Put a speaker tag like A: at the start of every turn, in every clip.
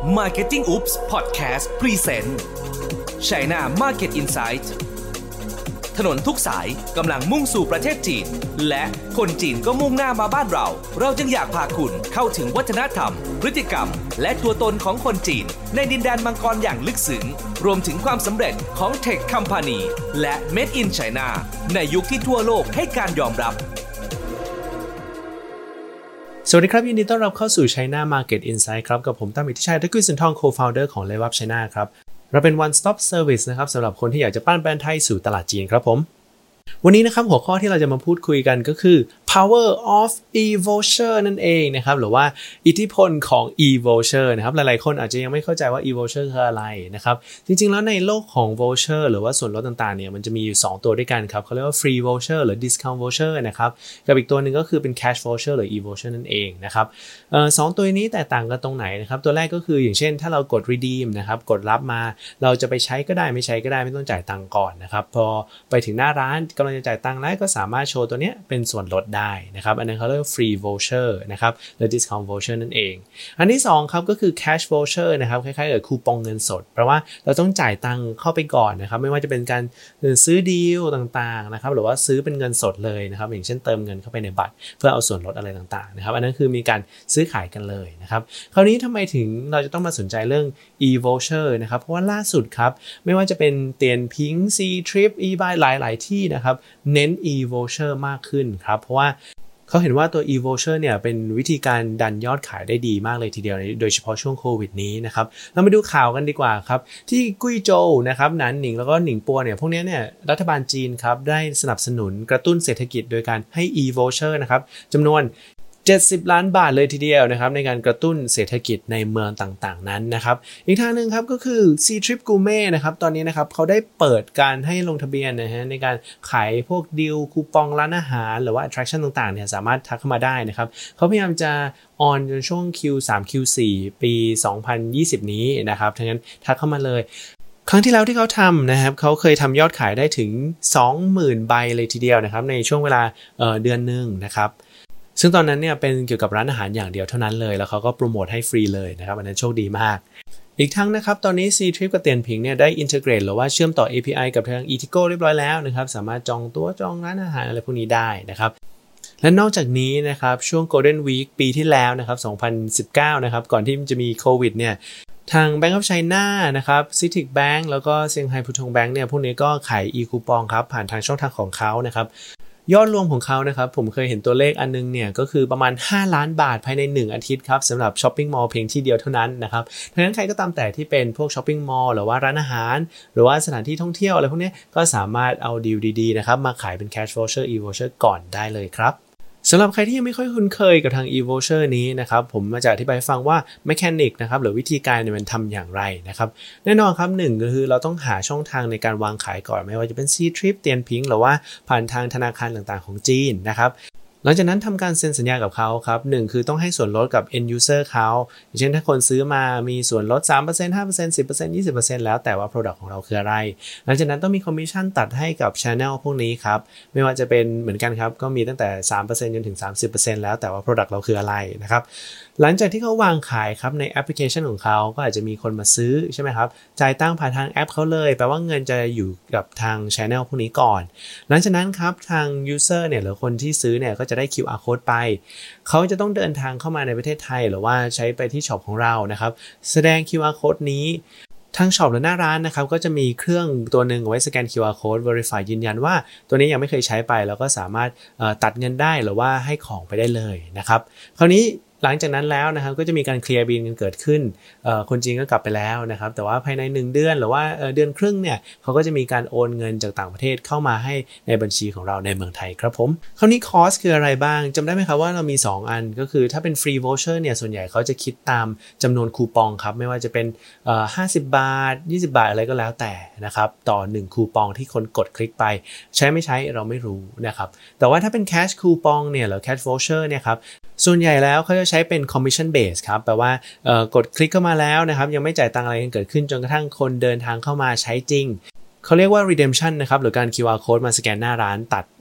A: Marketing Oops Podcast Present China Market Insight ถนนทุกสายกำลังมุ่งสู่ประเทศจีนและคนจีนก็มุ่งหน้ามาบ้านเราจึงอยากพาคุณเข้าถึงวัฒนธรรมพฤติกรรมและตัวตนของคนจีนในดินแดนมังกรอย่างลึกซึ้งรวมถึงความสำเร็จของ Tech Company และ Made in China ในยุคที่ทั่วโลกให้การยอมรับ
B: สวัสดีครับยินดีต้อนรับเข้าสู่ China Market Insight ครับกับผมตั้มอิทธิชัย ตระกูลสินทอง Co-founder ของ Level Up China ครับเราเป็น one stop service นะครับสำหรับคนที่อยากจะปั้นแบรนด์ไทยสู่ตลาดจีนครับผมวันนี้นะครับหัวข้อที่เราจะมาพูดคุยกันก็คือ power of e-voucher นั่นเองนะครับหรือว่าอิทธิพลของ e-voucher นะครับหลายๆคนอาจจะยังไม่เข้าใจว่า e-voucher คืออะไรนะครับจริงๆแล้วในโลกของ voucher หรือว่าส่วนลดต่างๆเนี่ยมันจะมีอยู่2ตัวด้วยกันครับเขาเรียกว่า free voucher หรือ discount voucher นะครับกับอีกตัวหนึ่งก็คือเป็น cash voucher หรือ e-voucher นั่นเองนะครับ2ตัวนี้แตกต่างกันตรงไหนนะครับตัวแรกก็คืออย่างเช่นถ้าเรากด redeem นะครับกดรับมาเราจะไปใช้ก็ได้ไม่ใช้ก็ได้ไม่ต้องจ่ายตังค์ก่อนนะครับพอไปถึงหน้าร้านกำลังจะจ่ายตังค์แล้วก็สามารถโชว์ตัวเนี้ยเป็นส่วนลดได้นะครับอันนั้นเขาเรียกว่า free voucher นะครับหรือ discount voucher นั่นเองอันที่2ครับก็คือ cash voucher นะครับคล้ายๆกับคูปองเงินสดเพราะว่าเราต้องจ่ายตังค์เข้าไปก่อนนะครับไม่ว่าจะเป็นการซื้อดีลต่างๆนะครับหรือว่าซื้อเป็นเงินสดเลยนะครับอย่างเช่นเติมเงินเข้าไปในบัตรเพื่อเอาส่วนลดอะไรต่างๆนะครับอันนั้นคือมีการซื้อขายกันเลยนะครับคราวนี้ทำไมถึงเราจะต้องมาสนใจเรื่อง e-voucher นะครับเพราะว่าล่าสุดครับไม่ว่าจะเป็นเตียนพิง C-Trip eBuy หลายๆที่นะครับเน้น e-voucher มากขึ้นครับเพราะว่าเขาเห็นว่าตัว e-voucher เนี่ยเป็นวิธีการดันยอดขายได้ดีมากเลยทีเดียวโดยเฉพาะช่วงโควิดนี้นะครับเรามาดูข่าวกันดีกว่าครับที่กุ้ยโจวนะครับหนานหนิงแล้วก็หนิงปัวเนี่ยพวกนี้เนี่ยรัฐบาลจีนครับได้สนับสนุนกระตุ้นเศรษฐกิจโดยการให้ e-voucher นะครับจำนวน70 ล้านบาทเลยทีเดียวนะครับในการกระตุ้นเศรษฐกิจในเมืองต่างๆนั้นนะครับอีกทางนึงครับก็คือ C-Trip Gourmet นะครับตอนนี้นะครับเขาได้เปิดการให้ลงทะเบียนนะฮะในการขายพวกดีลคูปองร้านอาหารหรือว่า attraction ต่างๆเนี่ยสามารถทักเข้ามาได้นะครับเขาพยายามจะออนจนช่วง Q3 Q4 ปี 2020 นี้นะครับทั้งนั้นทักเข้ามาเลยครั้งที่แล้วที่เขาทำนะครับเขาเคยทำยอดขายได้ถึง 20,000 ใบเลยทีเดียวนะครับในช่วงเวลาเดือนนึงนะครับซึ่งตอนนั้นเนี่ยเป็นเกี่ยวกับร้านอาหารอย่างเดียวเท่านั้นเลยแล้วเขาก็โปรโมทให้ฟรีเลยนะครับอันนั้นโชคดีมากอีกทั้งนะครับตอนนี้ C-Trip กับเตียนผิงเนี่ยได้อินทิเกรตหรือว่าเชื่อมต่อ API กับทาง Eatigo เรียบร้อยแล้วนะครับสามารถจองตั๋วจองร้านอาหารอะไรพวกนี้ได้นะครับและนอกจากนี้นะครับช่วง Golden Week ปีที่แล้วนะครับ2019นะครับก่อนที่จะมีโควิดเนี่ยทาง Bank of China นะครับ CITIC Bank แล้วก็ Shanghai Pudong Bank เนี่ยพวกนี้ก็ขาย e-coupon ครับผ่านทางช่องทางของเขานะครับยอดรวมของเขานะครับผมเคยเห็นตัวเลขอันนึงเนี่ยก็คือประมาณ5ล้านบาทภายใน1อาทิตย์ครับสำหรับช้อปปิ้งมอลล์เพียงที่เดียวเท่านั้นนะครับดังนั้นใครก็ตามแต่ที่เป็นพวกช้อปปิ้งมอลล์หรือว่าร้านอาหารหรือว่าสถานที่ท่องเที่ยวอะไรพวกนี้ก็สามารถเอาดีลดีๆนะครับมาขายเป็น cash voucher e-voucher ก่อนได้เลยครับสำหรับใครที่ยังไม่ค่อยคุ้นเคยกับทาง e-voucher นี้นะครับผมมาจะอธิบายฟังว่า mechanic นะครับหรือวิธีการเนี่ยมันทำอย่างไรนะครับแน่นอนครับหนึ่งก็คือเราต้องหาช่องทางในการวางขายก่อนไม่ว่าจะเป็น C-Trip เตียนพิงหรือว่าผ่านทางธนาคารต่างๆของจีนนะครับหลังจากนั้นทำการเซ็นสัญญากับเขาครับหนึ่งคือต้องให้ส่วนลดกับ end user เขาอย่างเช่นถ้าคนซื้อมามีส่วนลด 3% 5% 10% 20% แล้วแต่ว่า product ของเราคืออะไรหลังจากนั้นต้องมี commission ตัดให้กับ channel พวกนี้ครับไม่ว่าจะเป็นเหมือนกันครับก็มีตั้งแต่ 3% จนถึง 30% แล้วแต่ว่า product เราคืออะไรนะครับหลังจากที่เขาวางขายครับในแอปพลิเคชันของเขาก็อาจจะมีคนมาซื้อใช่ไหมครับจ่ายตังค์ผ่านทางแอปเขาเลยแปลว่าเงินจะอยู่กับทาง channel พวกนี้ก่อนหลังจากนั้นครับทาง user เนี่ยหรือคนที่ซื้อเนี่ยก็จะได้ QR code ไปเขาจะต้องเดินทางเข้ามาในประเทศไทยหรือว่าใช้ไปที่ช็อปของเรานะครับแสดง QR code นี้ทางช็อปหรือหน้าร้านนะครับก็จะมีเครื่องตัวหนึ่งไว้สแกน QR code verify ยืนยันว่าตัวนี้ยังไม่เคยใช้ไปแล้วก็สามารถตัดเงินได้หรือว่าให้ของไปได้เลยนะครับคราวนี้หลังจากนั้นแล้วนะครับก็จะมีการเคลียร์บิลกันเกิดขึ้นคนจีนก็กลับไปแล้วนะครับแต่ว่าภายใน1เดือนหรือว่าเดือนครึ่งเนี่ยเขาก็จะมีการโอนเงินจากต่างประเทศเข้ามาให้ในบัญชีของเราในเมืองไทยครับผมคราวนี้คอสคืออะไรบ้างจำได้ไหมครับว่าเรามี2อันก็คือถ้าเป็นฟรีโวเชอร์เนี่ยส่วนใหญ่เขาจะคิดตามจำนวนคูปองครับไม่ว่าจะเป็น50 บาท20 บาทอะไรก็แล้วแต่นะครับต่อ1คูปองที่คนกดคลิกไปใช้ไม่ใช้เราไม่รู้นะครับแต่ว่าถ้าเป็นแคชคูปองเนี่ยหรือแคชโวเชอร์เนี่ยครับส่วนใหญ่แล้วเขาจะใช้เป็น commission base ครับแปลว่ากดคลิกเข้ามาแล้วนะครับยังไม่จ่ายตังค์อะไรกันเกิดขึ้นจนกระทั่งคนเดินทางเข้ามาใช้จริงเขาเรียกว่า redemption นะครับหรือการ QR code มาสแกนหน้าร้านตัด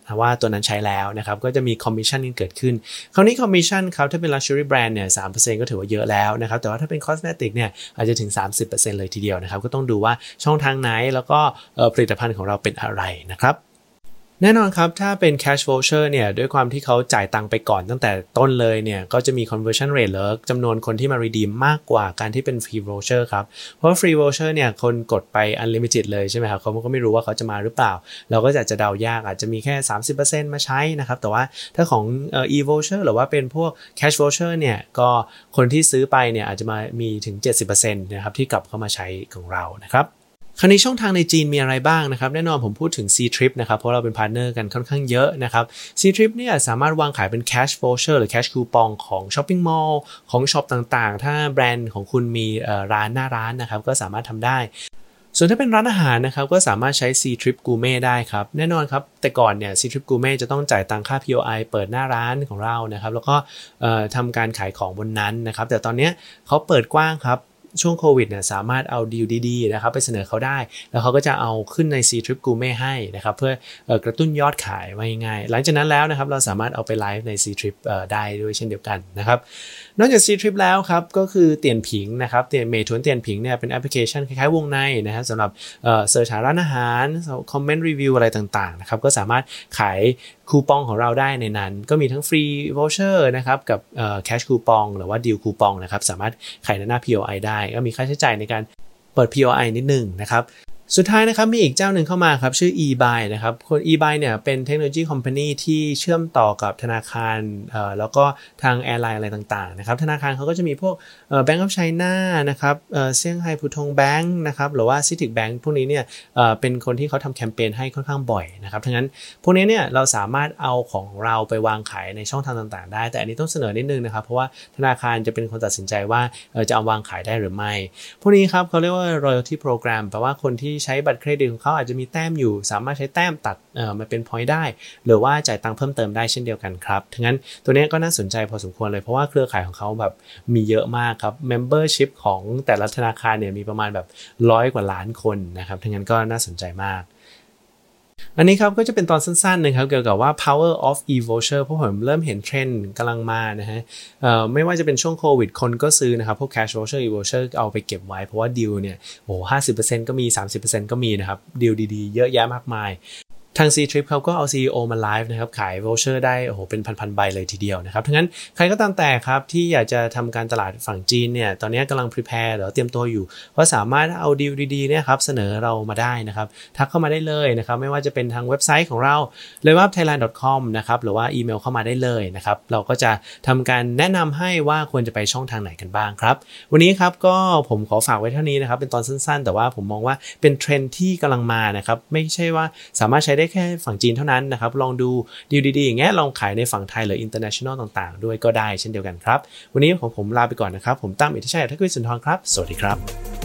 B: ว่าตัวนั้นใช้แล้วนะครับก็จะมีคอมมิชชั่นเกิดขึ้นคราวนี้คอมมิชชั่นครับถ้าเป็น Luxury Brand เนี่ย 3% ก็ถือว่าเยอะแล้วนะครับแต่ว่าถ้าเป็น Cosmetic เนี่ยอาจจะถึง 30% เลยทีเดียวนะครับก็ต้องดูว่าช่องทางไหนแล้วก็ผลิตภัณฑ์ของเราเป็นอะไรนะครับแน่นอนครับถ้าเป็น cash voucher เนี่ยด้วยความที่เขาจ่ายตังค์ไปก่อนตั้งแต่ต้นเลยเนี่ยก็จะมี conversion rate หรือจำนวนคนที่มา redeem มากกว่าการที่เป็น free voucher ครับเพราะว่า free voucher เนี่ยคนกดไป unlimited เลยใช่ไหมครับเขาก็ไม่รู้ว่าเขาจะมาหรือเปล่าเราก็จะเดายากอาจจะมีแค่ 30% มาใช้นะครับแต่ว่าถ้าของe voucher หรือว่าเป็นพวก cash voucher เนี่ยก็คนที่ซื้อไปเนี่ยอาจจะมามีถึง 70% นะครับที่กลับเข้ามาใช้ของเรานะครับคราวนี้ช่องทางในจีนมีอะไรบ้างนะครับแน่นอนผมพูดถึง C-Trip นะครับเพราะเราเป็นพาร์ทเนอร์กันค่อนข้างเยอะนะครับ C-Trip เนี่ยสามารถวางขายเป็น cash voucher หรือ cash coupon ของ shopping mall ของช็อปต่างๆถ้าแบรนด์ของคุณมีร้านหน้าร้านนะครับก็สามารถทำได้ส่วนถ้าเป็นร้านอาหารนะครับก็สามารถใช้ C-Trip Gourmet ได้ครับแน่นอนครับแต่ก่อนเนี่ย C-Trip Gourmet จะต้องจ่ายตังค่า POI เปิดหน้าร้านของเรานะครับแล้วก็ทำการขายของบนนั้นนะครับแต่ตอนนี้เขาเปิดกว้างครับช่วงโควิดเนี่ยสามารถเอาดีลดีๆนะครับไปเสนอเขาได้แล้วเขาก็จะเอาขึ้นใน C-Trip Gourmet ให้นะครับเพื่อกระตุ้นยอดขายไว้ง่ายหลังจากนั้นแล้วนะครับเราสามารถเอาไปไลฟ์ใน C-Trip ได้ด้วยเช่นเดียวกันนะครับนอกจาก C-Trip แล้วครับก็คือเตียนผิงนะครับเมทวนเตียนผิงเนี่ยเป็นแอปพลิเคชันคล้ายๆวงในนะครับสำหรับเสิร์ชหาร้านอาหารคอมเมนต์รีวิวอะไรต่างๆนะครับก็สามารถขายคูปองของเราได้ในนั้นก็มีทั้งฟรีวอเชอร์นะครับกับแคชคูปองหรือว่าดีลคูปองนะครับสามารถขายในหน้า POI ได้ก็มีค่าใช้จ่ายในการเปิด POI นิดนึงนะครับสุดท้ายนะครับมีอีกเจ้าหนึ่งเข้ามาครับชื่อ eBuy นะครับคน eBuy เนี่ยเป็นเทคโนโลยีคอมพานีที่เชื่อมต่อกับธนาคารแล้วก็ทางแอร์ไลน์อะไรต่างๆนะครับธนาคารเขาก็จะมีพวกBank of China นะครับเซี่ยงไฮ้พูทงแบงค์นะครับหรือว่า CITIC Bank พวกนี้เนี่ยเป็นคนที่เขาทำแคมเปญให้ค่อนข้างบ่อยนะครับทั้งนั้นพวกนี้เนี่ยเราสามารถเอาของเราไปวางขายในช่องทางต่างๆได้แต่อันนี้ต้องเสนอนิดนึงนะครับเพราะว่าธนาคารจะเป็นคนตัดสินใจว่าจะเอาวางขายได้หรือไม่พวกนี้ครับเขาเรียกว่า royalty program แปลว่าคนที่ใช้บัตรเครดิตเขาอาจจะมีแต้มอยู่สามารถใช้แต้มตัดมาเป็น point ได้หรือว่าจ่ายตังค์เพิ่มเติมได้เช่นเดียวกันครับทั้งนั้นตัวนี้ก็น่าสนใจพอสมควรเลยเพราะว่าเครือข่ายของเขาแบบมีเยอะมากครับ membership ของแต่ละธนาคารเนี่ยมีประมาณแบบ100 กว่าล้านคนนะครับทั้งนั้นก็น่าสนใจมากอันนี้ครับก็จะเป็นตอนสั้นๆนะครับเกี่ยวกับว่า power of e-voucher เพราะผมเริ่มเห็นเทรนด์กำลังมานะฮะไม่ว่าจะเป็นช่วงโควิดคนก็ซื้อนะครับพวก cash voucher e-voucher เอาไปเก็บไว้เพราะว่าดีลเนี่ยโอ้ 50% ก็มี 30% ก็มีนะครับดีลดีๆเยอะแยะมากมายทาง C-Trip เขาก็เอา CEO มาไลฟ์นะครับขาย voucher ได้โอ้โหเป็นพันๆใบเลยทีเดียวนะครับทั้งนั้นใครก็ตามแต่ครับที่อยากจะทำการตลาดฝั่งจีนเนี่ยตอนนี้กำลัง prepare หรือเตรียมตัวอยู่ว่าสามารถเอาดีลดีๆเนี่ยครับเสนอเรามาได้นะครับทักเข้ามาได้เลยนะครับไม่ว่าจะเป็นทางเว็บไซต์ของเรา lewapthailand.com นะครับหรือว่าอีเมลเข้ามาได้เลยนะครับเราก็จะทำการแนะนำให้ว่าควรจะไปช่องทางไหนกันบ้างครับวันนี้ครับก็ผมขอฝากไว้เท่านี้นะครับเป็นตอนสั้นๆแต่ว่าผมมองว่าเป็นเทรนด์ที่กำลังมานะครับไม่ใช่ว่าสามารถใช้ได้แค่ฝั่งจีนเท่านั้นนะครับลองดูดีลดีๆอย่างเงี้ยลองขายในฝั่งไทยหรือ international ต่างๆด้วยก็ได้เช่นเดียวกันครับวันนี้ผมลาไปก่อนนะครับผมตั้มอิทธิชัย ทักษิณสุนทรครับสวัสดีครับ